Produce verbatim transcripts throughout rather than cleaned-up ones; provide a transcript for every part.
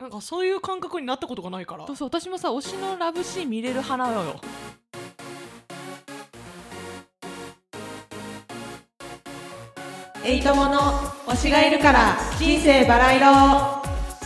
なんかそういう感覚になったことがないから。 そうそう、私もさ推しのラブシーン見れる派なのよ。 エイトモの推しがいるから人生バラ色。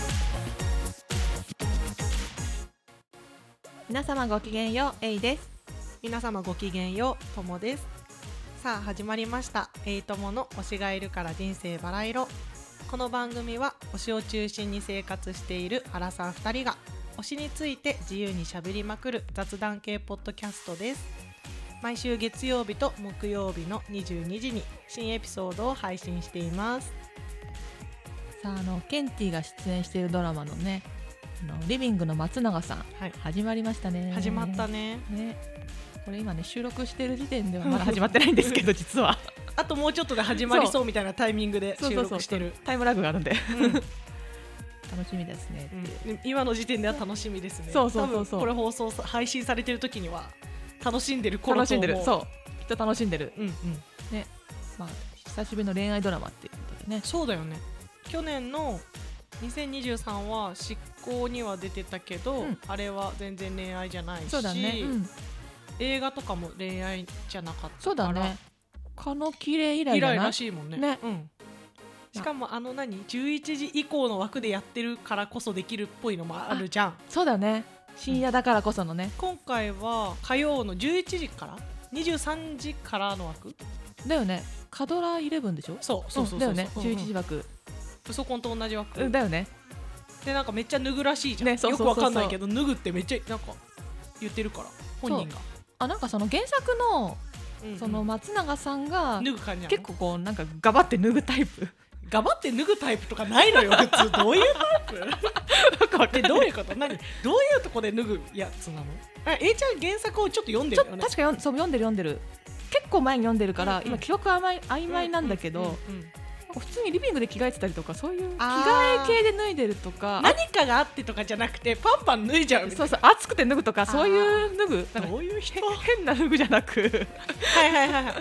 皆様ごきげんよう、エイです。 皆様ごきげんよう、ともです。さあ始まりました、エイトモの推しがいるから人生バラ色。この番組は推しを中心に生活しているアラサーふたりが推しについて自由にしゃべりまくる雑談系ポッドキャストです。毎週月曜日と木曜日のにじゅうにじに新エピソードを配信しています。 さあ、あのケンティが出演しているドラマのね、あのリビングの松永さん、はい、始まりましたね。 始まったね。 ね、これ今ね収録している時点ではまだ始まってないんですけど実はあともうちょっとで始まりそうみたいなタイミングで収録してる。 そうそうそう、タイムラグがあるんで、うん、楽しみですね、 うん、今の時点では楽しみですね。 そうそうそうそう、 多分これ放送配信されてる時には楽しんでる頃と思う。 楽しんでる、そう、きっと楽しんでる、 うんうん、 ね、まあ久しぶりの恋愛ドラマっていうことでね。 そうだよね。去年のにせんにじゅうさんは執行には出てたけど、うん、あれは全然恋愛じゃないし、 そうだね、うん、 映画とかも恋愛じゃなかったから。 そうだね、蚊の綺麗以来じゃない？ 以来らしいもんね。 ね、 うん、しかもあの何じゅういちじ以降の枠でやってるからこそできるっぽいのもあるじゃん。 そうだね、深夜だからこそのね、 うん、今回は火曜のじゅういちじからにじゅうさんじからの枠だよね。カドライレブンでしょ。 そうそうそうそう、うん、 だよね、じゅういちじ枠、 ウソコンと同じ枠、 うん、だよね。 でなんかめっちゃ脱ぐらしいじゃん、ね、そうそうそうそう、よくわかんないけど脱ぐってめっちゃなんか言ってるから本人が。 あ、なんかその原作の、うんうん、その松永さんが脱ぐ感じ結構こうなんかガバって脱ぐタイプガバって脱ぐタイプとかないのよ普通。どういうタイプえ、どういうこと？何？どういうとこで脱ぐやつなの？あ、A ちゃん原作をちょっと読んでるよね。 確かよんそう読んでる読んでる結構前に読んでるから、うんうん、今記憶曖昧、曖昧なんだけど、うんうんうんうん、普通にリビングで着替えてたりとか、そういう着替え系で脱いでるとか、 何かがあってとかじゃなくてパンパン脱いじゃうみたいな。 そうそう、暑くて脱ぐとか、そういう脱ぐ、 どういう人？ 変な脱ぐじゃなくはいはいはいはい、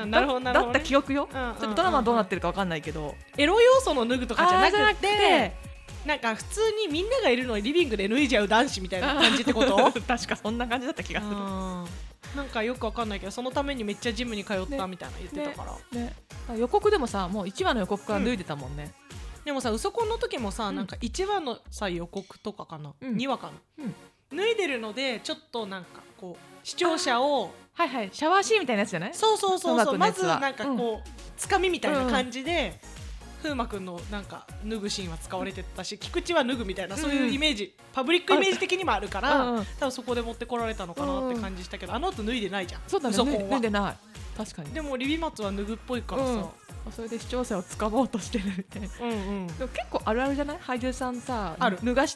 なるほどなるほど、ね、 だった記憶よ、うんうんうんうん、ちょっとドラマどうなってるか分かんないけど、 エロ要素の脱ぐとかじゃなくて、なんか普通にみんながいるのにリビングで脱いじゃう男子みたいな感じってこと？ 確かそんな感じだった気がする。 なんかよくわかんないけど、そのためにめっちゃジムに通ったみたいな言ってたから、 ねね、予告でもさ、もういちわの予告から脱いでたもんね、 うん、でもさ、ウソコンの時もさ、うん、なんかいちわのさ予告とかかな、うん、にわかな、うん、脱いでるのでちょっとなんかこう視聴者を、 はいはい、シャワーシーンみたいなやつじゃない？そうそうそうそう、 まずなんかこう、うん、つかみみたいな感じで、うん、風磨くんのなんか脱ぐシーンは使われてたし、菊池は脱ぐみたいな、そういうイメージ、うん、パブリックイメージ的にもあるから、うんうん、多分そこで持ってこられたのかなって感じしたけど、うん、あの後脱いでないじゃん。 そうだね、脱いでない。確かに。 でもリビマツは脱ぐっぽいからさ、うん、 それで視聴者を掴もうとしてるみたいな、うんうん、でも結構あるあるじゃない？俳優さんさ、脱がして、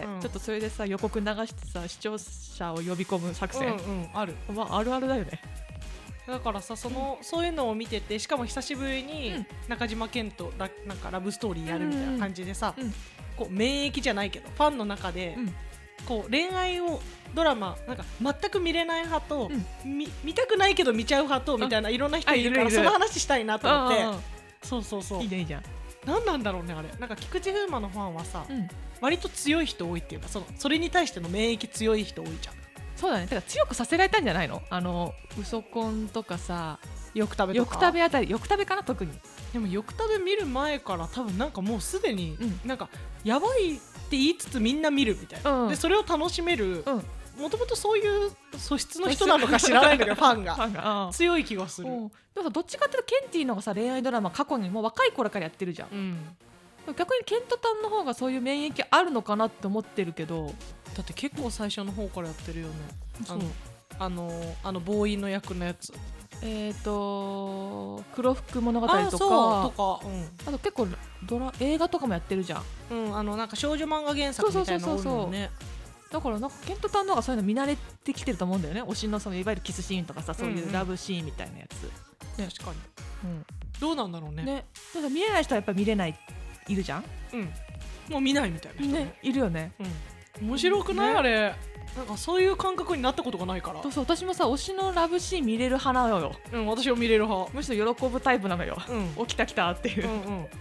うん、ちょっとそれでさ予告流してさ視聴者を呼び込む作戦、うんうん、ある、まあ、あるあるだよね。 だからさ、その、うん、そういうのを見てて、しかも久しぶりに中島健とラ、なんかラブストーリーやるみたいな感じでさ、うんうん、こう免疫じゃないけどファンの中で、うん、こう恋愛をドラマなんか全く見れない派と、うん、見, 見たくないけど見ちゃう派とみたいないろんな人いるから、その話したいなと思って。そうそうそう、 いいね、いいじゃん。 何なんだろうねあれ。なんか菊池風磨のファンはさ、うん、割と強い人多いっていうか、そのそれに対しての免疫強い人多いじゃん。 そうだね、だから強くさせられたんじゃないの？あのウソコンとかさ、 よく食べとか、 よく食べあたり、よく食べかな特に。 でもよく食べ見る前から多分なんかもうすでに、うん、なんかやばいって言いつつみんな見るみたいな、うん、でそれを楽しめる、もともとそういう素質の人なのか知らないんだけどファンが, ファンが強い気がする。でもさ、どっちかっていうとケンティのがさ恋愛ドラマ過去にもう若い頃からやってるじゃん、うん、逆にケントタンの方がそういう免疫あるのかなって思ってるけど、 だって結構最初の方からやってるよね。あのあのあのボーイの役のやつ、 えーと黒服物語とか、 あ、そうとか、うん、 あと結構ドラ映画とかもやってるじゃん、 うん、あのなんか少女漫画原作みたいなの多いもんね。 だからなんかケントタンの方がそういうの見慣れてきてると思うんだよね。推しのそのいわゆるキスシーンとかさ、そういうラブシーンみたいなやつ、 ね、確かに、うん、どうなんだろう ね, ねだから見れない人はやっぱり見れないいるじゃん、 うん、もう見ないみたいな人 ね, ねいるよね、 うん、面白くない、ね、あれなんかそういう感覚になったことがないから。 そうそう、私もさ推しのラブシーン見れる派なのよ。 うん、私も見れる派。 むしろ喜ぶタイプなのよ、うん、お来た来たっていう、うんうん、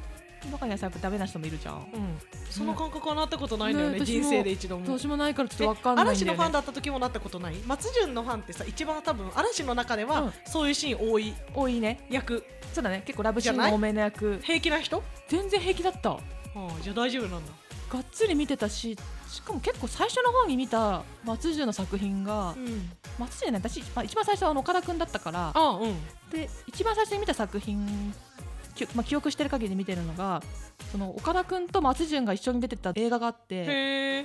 中にはさダメな人もいるじゃん、うん、 その感覚はなったことないんだよね、ね人生で一度も。 私もないからちょっと分かんないんだよね。 嵐のファンだった時もなったことない。松潤のファンってさ一番多分嵐の中では、うん、そういうシーン多い多いね役。 そうだね、結構ラブシーン多めの役。 平気な人？ 全然平気だった、はあ、じゃあ大丈夫なんだ。 がっつり見てたし、しかも結構最初の方に見た松潤の作品が、うん、松潤ね、私、まあ、一番最初はあの岡田君だったから、 あ、うん、 で一番最初に見た作品、き、まあ、記憶してる限り見てるのがその岡田君と松潤が一緒に出てた映画があって、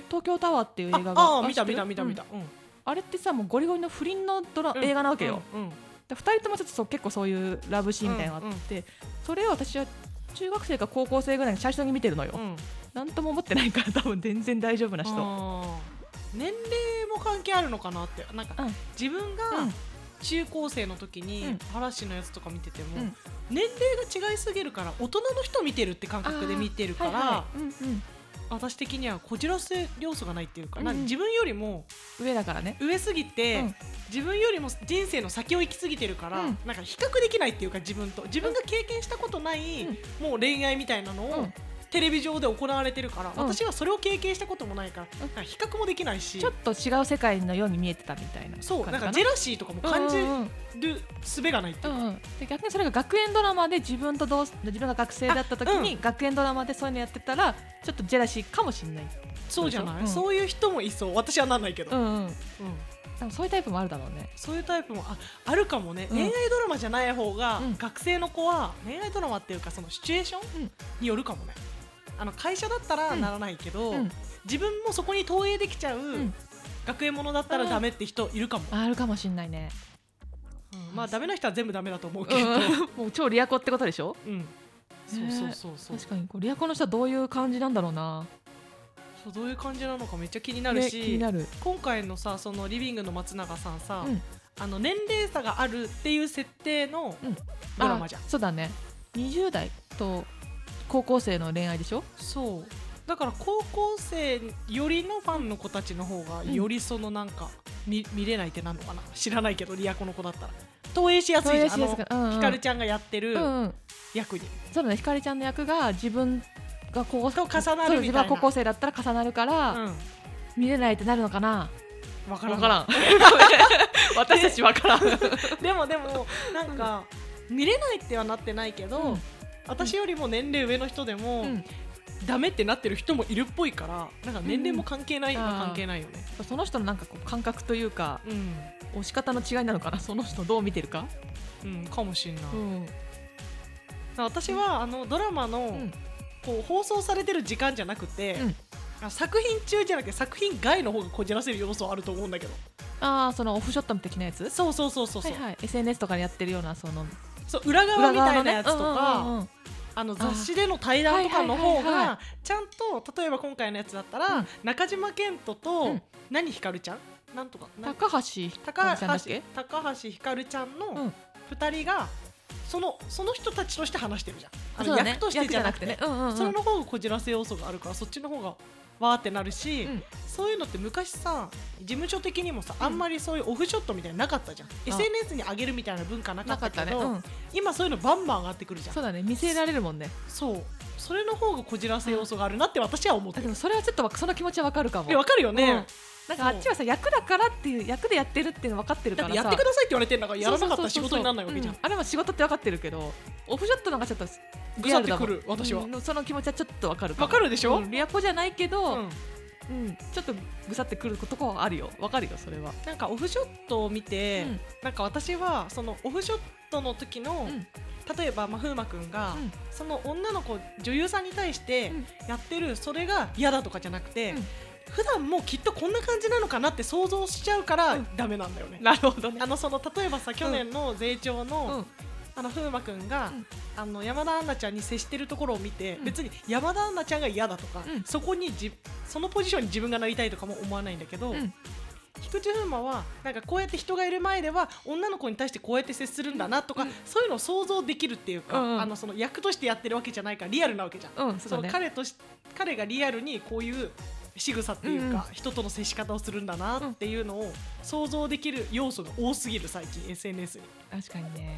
東京タワーっていう映画があ, あ見た見た見た見た、うん、 あれってさもうゴリゴリの不倫のドラ、うん、映画なわけよ、うんうん、でふたりともちょっとそう結構そういうラブシーンみたいなのがあって、うんうん、それを私は中学生か高校生ぐらいに最初に見てるのよ、うん、なんとも思ってないから多分全然大丈夫な人。 年齢も関係あるのかなって。なんか、うん、自分が中高生の時に、うん、嵐のやつとか見てても、うん、年齢が違いすぎるから大人の人見てるって感覚で見てるから、はいはいうんうん、私的にはこじらせ要素がないっていうか、うんうん、自分よりも上だからね、 上すぎて、うん、自分よりも人生の先を行き過ぎてるから、うん、なんか比較できないっていうか、自分と自分が経験したことない、うん、もう恋愛みたいなのを、うんテレビ上で行われてるから、うん、私はそれを経験したこともないから、うん、なんか比較もできないし、 ちょっと違う世界のように見えてたみたいな。 そう、なんかジェラシーとかも感じる術がないっていうか、うんうん、 で逆にそれが学園ドラマで自分とどう自分が学生だった時に、うん、学園ドラマでそういうのやってたらちょっとジェラシーかもしれない。 そうじゃない、うん、そういう人もいそう。私はなんないけど、うんうんうん、 でもそういうタイプもあるだろうね。 そういうタイプも あ, あるかもね、うん、恋愛ドラマじゃない方が、うん、学生の子は恋愛ドラマっていうかそのシチュエーションによるかもね。あの会社だったらならないけど、うん、自分もそこに投影できちゃう、うん、学園ものだったらダメって人いるかも、 うん、あるかもしんないね、 うん、まあダメな人は全部ダメだと思うけど、うん、 もう超リアコってことでしょ、うん、 そうそうそうそう、 確かにこうリアコの人はどういう感じなんだろうな。 そうどういう感じなのかめっちゃ気になるし、 ね、気になる。 今回のさそのリビングの松永さんさ、うん、あの年齢差があるっていう設定のドラマじゃん、 うん、そうだね。にじゅう代と高校生の恋愛でしょ。 そうだから高校生よりのファンの子たちの方がよりそのなんか 見, 見れないってなんのかな、知らないけどリアコの子だったら投影しやすいじゃん。あの、うんうん、ひかるちゃんがやってる役に、うんうん、 そうだね。ひかるちゃんの役が自分が高校と重なるみたいな。 自分が高校生だったら重なるから、うん、見れないってなるのかな。 わからん分からん私たち分からんでもでもなんか見れないってはなってないけど、うん、私よりも年齢上の人でも、うん、ダメってなってる人もいるっぽいから、なんか年齢も関係ないの、うん、関係ないよね。 その人のなんかこう感覚というか、うん、押し方の違いなのかな。その人どう見てるか、 うん、かもしれない、うん、私はあのドラマの、うん、こう放送されてる時間じゃなくて、うん、作品中じゃなくて作品外の方がこじらせる要素はあると思うんだけど。 ああ、そのオフショット的なやつ。 そうそうそうそうそう、 はいはい、エスエヌエス とかでやってるようなそのそう裏側みたいなやつとか、あの雑誌での対談とかの方がちゃんと、例えば今回のやつだったら、うん、中島健人と、うん、何ひかるちゃんなんとか高橋高橋高橋ひかるちゃんのふたりが、そのその人たちとして話してるじゃん。あの、ね、役としてじゃなくてね、うんうんうん、それの方がこじらせ要素があるから、そっちの方がわーってなるし、うん、そういうのって昔さ事務所的にもさ、うん、あんまりそういうオフショットみたいなのなかったじゃん。 エスエヌエス に上げるみたいな文化なかったけど、ねうん、今そういうのバンバン上がってくるじゃん。 そうだね、見せられるもんね。 そうそれの方がこじらせ要素があるなって私は思ってる。 でもそれはちょっとその気持ちはわかるかも。 わかるよね、うん、 なんかあっちはさ役だからっていう役でやってるっていうの分かってるからさ、 やってくださいって言われてるんだからやらなかったら仕事にならないわけじゃん。 あれは仕事って分かってるけど、オフショットなんかちょっとリアルだもん。ぐさってくる私は、 うん、その気持ちはちょっと分かるかも。 分かるでしょ、 うん、リアコじゃないけど、うんうん、ちょっとぐさってくるとこはあるよ。わかるよそれは。 なんかオフショットを見て、うん、なんか私はそのオフショットの時の、うん、例えばまあ風磨くんが、うん、その女の子女優さんに対してやってるそれが嫌だとかじゃなくて、うん、普段もきっとこんな感じなのかなって想像しちゃうからダメなんだよね、 うん、なるほどね。 あのその例えばさ去年の税調の、うんあの風磨くんが、うん、あの山田杏奈ちゃんに接してるところを見て、うん、別に山田杏奈ちゃんが嫌だとか、うん、そこにじそのポジションに自分がなりたいとかも思わないんだけど、うん、菊池風磨はなんかこうやって人がいる前では女の子に対してこうやって接するんだなとか、うん、そういうのを想像できるっていうか、うんうん、あのその役としてやってるわけじゃないからリアルなわけじゃん、うん そ, ね、その彼とし彼がリアルにこういう仕草っていうか、うん、人との接し方をするんだなっていうのを想像できる要素が多すぎる最近 エスエヌエス に。 確かにね。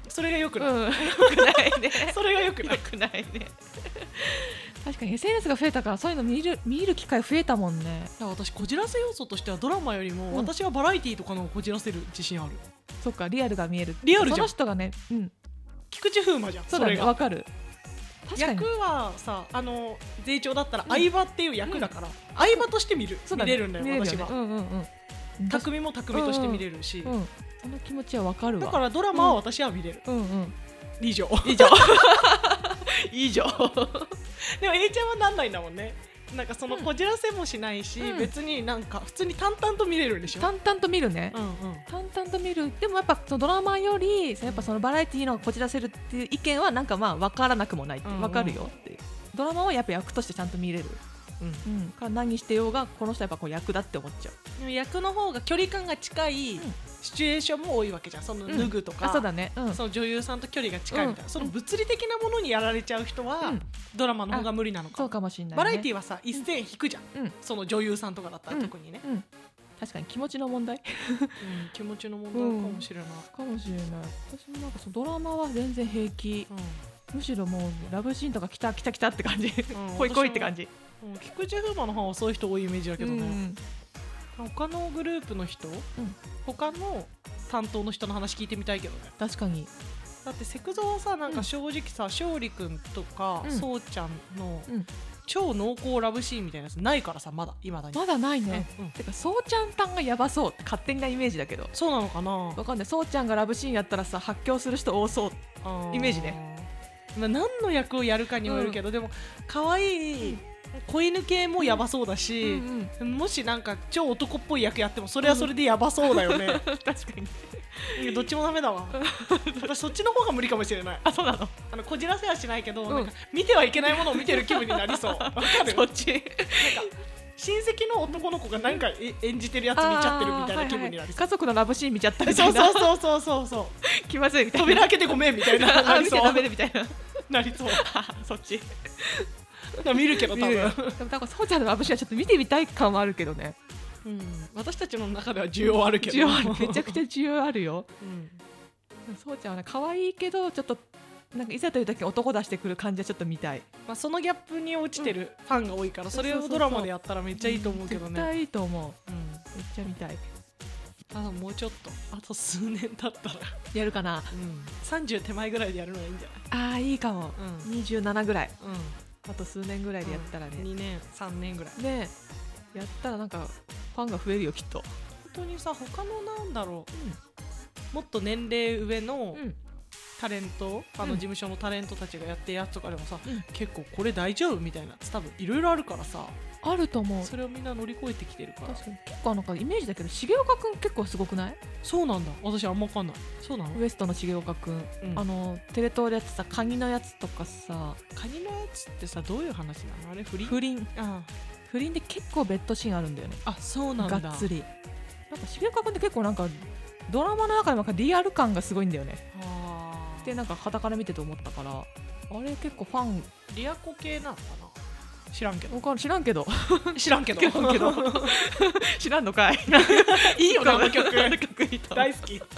それがよくない、 うん、よくないねそれがよくないよくないね確かに エスエヌエス が増えたからそういうの見る見る機会増えたもんね。 だから私こじらせ要素としてはドラマよりも、うん、私はバラエティーとかのこじらせる自信ある。 そっかリアルが見える。 リアルじゃん。 その人がね、うん、 菊池風磨じゃん。 そうだね、わかる。 役はさあの税調だったら相葉っていう役だから、うん、相葉として見る、うん、見れるんだよ、ね、私は、うんうんうん、匠も匠として見れるし、うんうん、 その気持ちはわかるわ。 だからドラマは私は見れる、うんうん、以上以上以上でも A ちゃんはなんないんだもんね。なんかそのこじらせもしないし、うん、別になんか普通に淡々と見れるんでしょ。 淡々と見るね、うんうん、淡々と見る。でもやっぱそのドラマよりやっぱそのバラエティーのこじらせるっていう意見はなんかまあ分からなくもないって分かるよっていう、うんうん、ドラマはやっぱ役としてちゃんと見れる、うんうん、から何してようがこの人はやっぱこう役だって思っちゃう。 でも役の方が距離感が近い、うんシチュエーションも多いわけじゃん。その脱ぐとか、 うん、そうだね、うん、 その女優さんと距離が近いみたいな、うん、その物理的なものにやられちゃう人は、うん、ドラマの方が無理なのか。 そうかもしれない、ね、 バラエティはさ一線引くじゃん、うん、その女優さんとかだったら特にね、 うんうん、確かに気持ちの問題、 うん、気持ちの問題かもしれない、うん、 かもしれない。私もなんかそのドラマは全然平気、うん、むしろもうラブシーンとか来た来た来たって感じ、うん、来い来いって感じ、 うん、菊池風磨の方はそういう人多いイメージだけどね、うん、他のグループの人、うん、他の担当の人の話聞いてみたいけどね。 確かに。 だってセクゾはさなんか正直さ、うん、勝利くんとか、うん、そうちゃんの、うん、超濃厚ラブシーンみたいなやつないからさ、まだ未だにまだないね、うんうん、てかそうちゃんたんがやばそうって勝手なイメージだけど。 そうなのかな、 わかんない。そうちゃんがラブシーンやったらさ発狂する人多そうイメージね。 まあ、何の役をやるかにもよるけど、うん、でも可愛い、うん子犬系もやばそうだし、うんうん、もしなんか超男っぽい役やってもそれはそれでやばそうだよね、うん、 確かにどっちもダメだわ私そっちの方が無理かもしれない。 あ、そうなの。 あのこじらせはしないけど、うん、なんか見てはいけないものを見てる気分になりそうわかるそっちなんか親戚の男の子が何か演じてるやつ見ちゃってるみたいな気分になりそう、はいはい、 家族のラブシーン見ちゃったみたいなそうそうそうそうそう気まずいみたいな扉開けてごめんみたいななりそう見てダメでみたいななりそうそっち見るけど多分でも多分そうちゃんのラブシーンはちょっと見てみたい感はあるけどね、 うん、私たちの中では需要あるけど需要あるめちゃくちゃ需要あるよ、うん、そうちゃんはね可愛いけどちょっとなんかいざという時に男出してくる感じはちょっと見たい、 まあ、そのギャップに落ちてるファンが多いから、うん、それをドラマでやったらめっちゃいいと思うけどね、 絶対いいと思う、うん、めっちゃ見たい。 ただもうちょっとあと数年経ったらやるかな、 うん、さんじゅう手前ぐらいでやるのがいいんじゃない。 あーいいかも、うん、にじゅうななぐらい、 うん、 あと数年ぐらいでやったらね、うん、 にねんさんねんぐらいでやったらなんかファンが増えるよきっと。 本当にさ他のなんだろう、うん、もっと年齢上のタレント、うん、あの事務所のタレントたちがやってるやつとかでもさ、うん、結構これ大丈夫みたいな多分いろいろあるからさ。 あると思う。 それをみんな乗り越えてきてるから。 確かに結構なんかイメージだけど重岡くん結構すごくない？ そうなんだ。私あんま分かんない。そうなの？ ウエストの重岡くん、うん、あのテレ東でやってさカニのやつとかさ。 カニのやつってさどういう話なの？あれ不倫？ 不倫。ああ不倫で結構ベッドシーンあるんだよね。 あ、そうなんだ。 がっつり。なんか重岡くんって結構なんかドラマの中でもなんかリアル感がすごいんだよね。あでなんか傍から見てて思ったからあれ結構ファンリアコ系なのかな。知らんけど知らんけど知らんけど知らんのかいいいよねあの曲大好き、ね、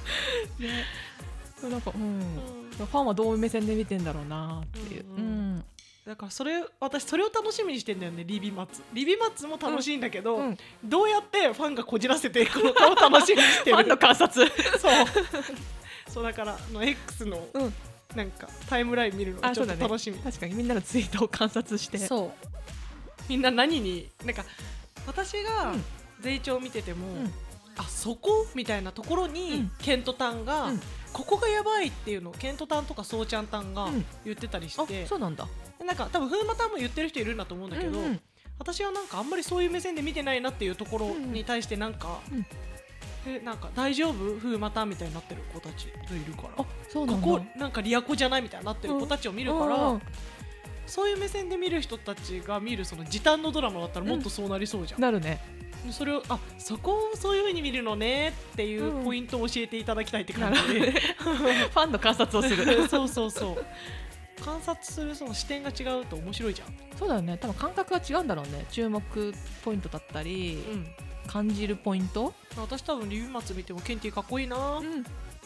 なんか、うんうん、ファンはどういう目線で見てんだろうなっていう、うんうん、 だからそれ私それを楽しみにしてんだよね。リビマツリビマツも楽しいんだけど、うんうん、どうやってファンがこじらせていくのかを楽しみにしてるファンの観察そうそうだからの X の、うんなんかタイムライン見るのがちょっと楽しみ、 ね、確かにみんなのツイートを観察してそうみんな何になんか私が税調を見てても、うん、あそこみたいなところに、うん、ケントタンが、うん、ここがやばいっていうのをケントタンとかソーちゃんタンが言ってたりして、 うん、そうなんだ。 なんか多分風磨タンも言ってる人いるんだと思うんだけど、うんうん、私はなんかあんまりそういう目線で見てないなっていうところに対してなんか、うんうんえなんか大丈夫風またみたいになってる子たちといるから、あそうなんだここなんかリアコじゃないみたいになってる子たちを見るから、うん、そういう目線で見る人たちが見るその時短のドラマだったらもっとそうなりそうじゃん、 うん、なるね。 それをあそこをそういう風に見るのねっていうポイントを教えていただきたいって感じで、うん、ファンの観察をするそうそうそう観察するその視点が違うと面白いじゃん。 そうだよね。多分感覚が違うんだろうね。注目ポイントだったり、うん感じるポイント。 私多分リビマツ見てもケンティかっこいいな、うん、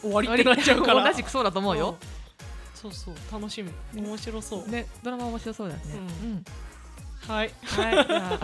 終わりってなっちゃうから同じくそうだと思うよ。 そうそう楽しみ、面白そうね。ドラマ面白そうだね。うん。 はいはい。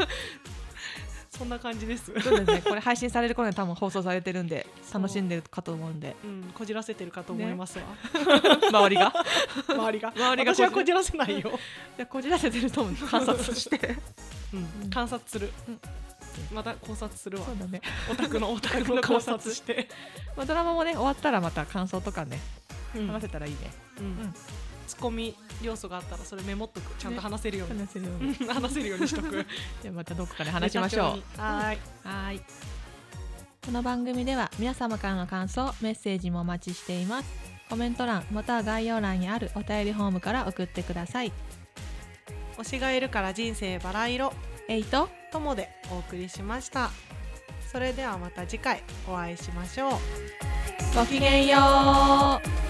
そんな感じです。 そうですね。これ配信される頃に多分放送されてるんで楽しんでるかと思うんで、 うん、こじらせてるかと思いますわ。 周りが周りが周りが私はこじらせないよ。いやこじらせてると思う。観察して、 うん、観察する。また考察するわ。 そうだね。 オタクのオタクの考察して。 まあドラマもね終わったらまた感想とかね話せたらいいね。 うん。ツッコミ要素があったらそれメモっとく。ちゃんと話せるように、 ね、話せるように話せるようにしとく。 じゃあまたどこかで話しましょう。はい、 はい。この番組では皆様からの感想メッセージもお待ちしています。コメント欄または概要欄にあるお便りフォームから送ってください。 推しがいるから人生バラ色、 エイとともでお送りしました。それではまた次回お会いしましょう。 ごきげんよう。